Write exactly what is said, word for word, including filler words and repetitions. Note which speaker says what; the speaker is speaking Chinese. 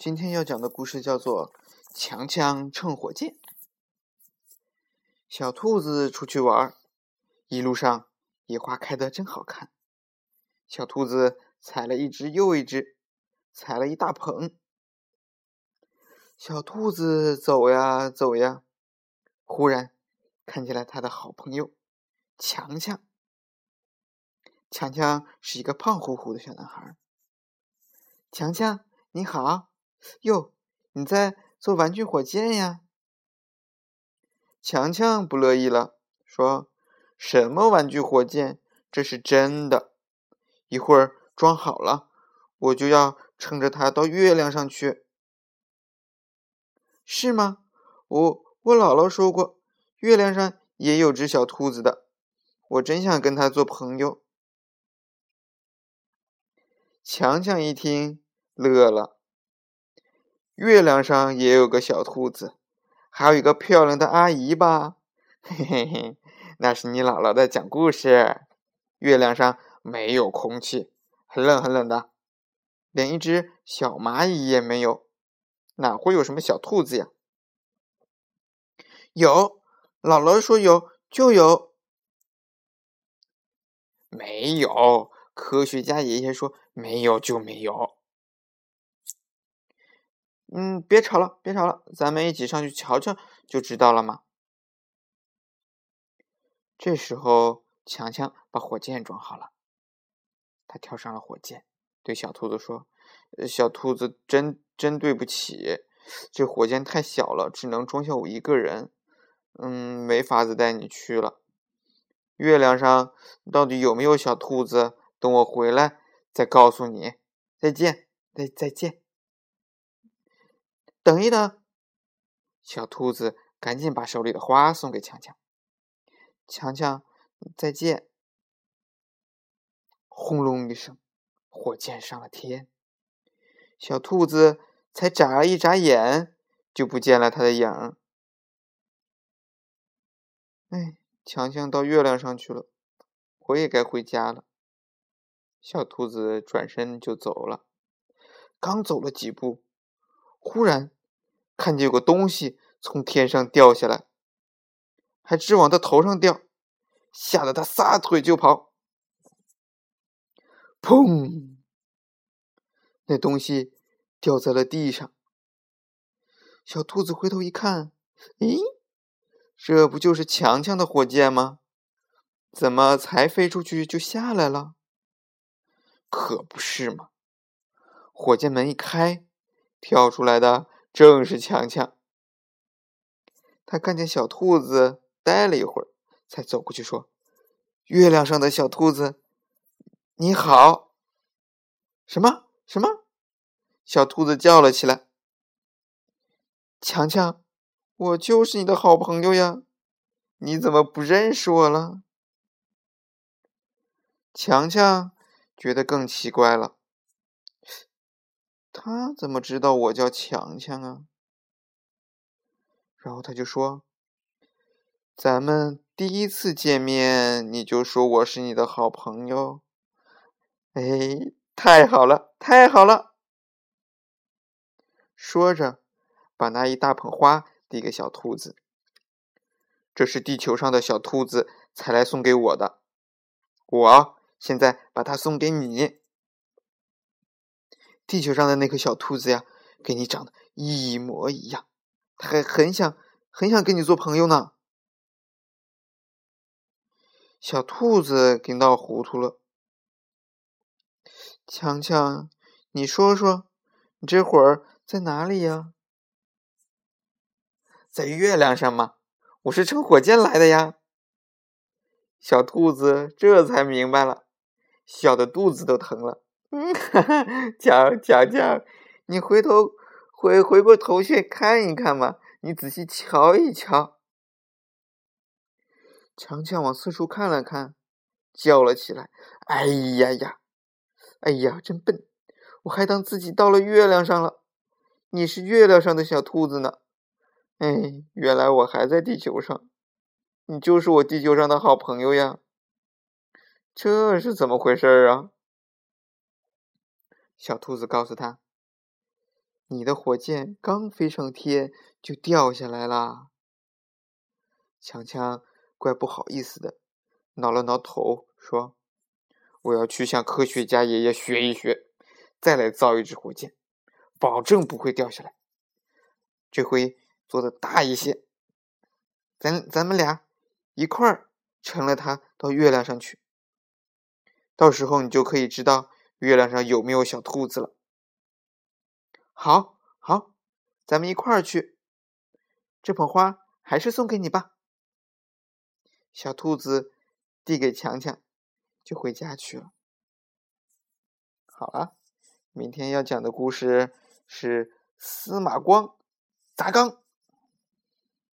Speaker 1: 今天要讲的故事叫做《强强乘火箭》。小兔子出去玩，一路上野花开得真好看。小兔子采了一只又一只，采了一大捧。小兔子走呀走呀，忽然看见了他的好朋友强强。强强是一个胖乎乎的小男孩。强强，你好。哟，你在做玩具火箭呀？强强不乐意了，说：什么玩具火箭？这是真的，一会儿装好了，我就要乘着它到月亮上去。是吗？我我姥姥说过，月亮上也有只小兔子的，我真想跟它做朋友。强强一听乐了，月亮上也有个小兔子，还有一个漂亮的阿姨吧？嘿嘿嘿，那是你姥姥在讲故事。月亮上没有空气，很冷很冷的，连一只小蚂蚁也没有，哪会有什么小兔子呀？有，姥姥说有就有。没有，科学家爷爷说没有就没有。嗯，别吵了，别吵了，咱们一起上去瞧瞧就知道了嘛。这时候，强强把火箭装好了，他跳上了火箭，对小兔子说：“小兔子，真真对不起，这火箭太小了，只能装下我一个人，嗯，没法子带你去了。月亮上到底有没有小兔子？等我回来再告诉你。再见，再再见。”等一等，小兔子赶紧把手里的花送给强强。强强，再见。轰隆一声，火箭上了天。小兔子才眨一眨眼，就不见了它的影儿。哎，强强到月亮上去了，我也该回家了。小兔子转身就走了。刚走了几步，忽然看见有个东西从天上掉下来，还直往他头上掉，吓得他撒腿就跑。砰！那东西掉在了地上。小兔子回头一看，咦，这不就是强强的火箭吗？怎么才飞出去就下来了？可不是嘛！火箭门一开，跳出来的正是强强。他看见小兔子，呆了一会儿，才走过去说：“月亮上的小兔子，你好。”什么什么？小兔子叫了起来。强强，我就是你的好朋友呀，你怎么不认识我了？强强觉得更奇怪了，他怎么知道我叫强强啊？然后他就说：“咱们第一次见面，你就说我是你的好朋友，哎，太好了，太好了！”说着，把那一大捧花递给小兔子。这是地球上的小兔子才来送给我的，我现在把它送给你。地球上的那颗小兔子呀，跟你长得一模一样，它还很想很想跟你做朋友呢。小兔子给闹糊涂了。强强，你说说，你这会儿在哪里呀？在月亮上吗？我是乘火箭来的呀。小兔子这才明白了，笑得肚子都疼了。嗯，哈哈，强强强，你回头回回过头去看一看嘛，你仔细瞧一瞧。强强往四处看了看，叫了起来：“哎呀呀，哎呀，真笨！我还当自己到了月亮上了。你是月亮上的小兔子呢。哎，原来我还在地球上。你就是我地球上的好朋友呀。这是怎么回事啊？”小兔子告诉他：“ 你的火箭刚飞上天就掉下来啦。强强怪不好意思的，挠了挠头，说：“我要去向科学家爷爷学一学，再来造一支火箭，保证不会掉下来。这回做的大一些，咱咱们俩一块儿乘了它到月亮上去。到时候你就可以知道月亮上有没有小兔子了。”好，好，咱们一块儿去。这捧花还是送给你吧。小兔子递给强强，就回家去了。好了，明天要讲的故事是司马光砸缸。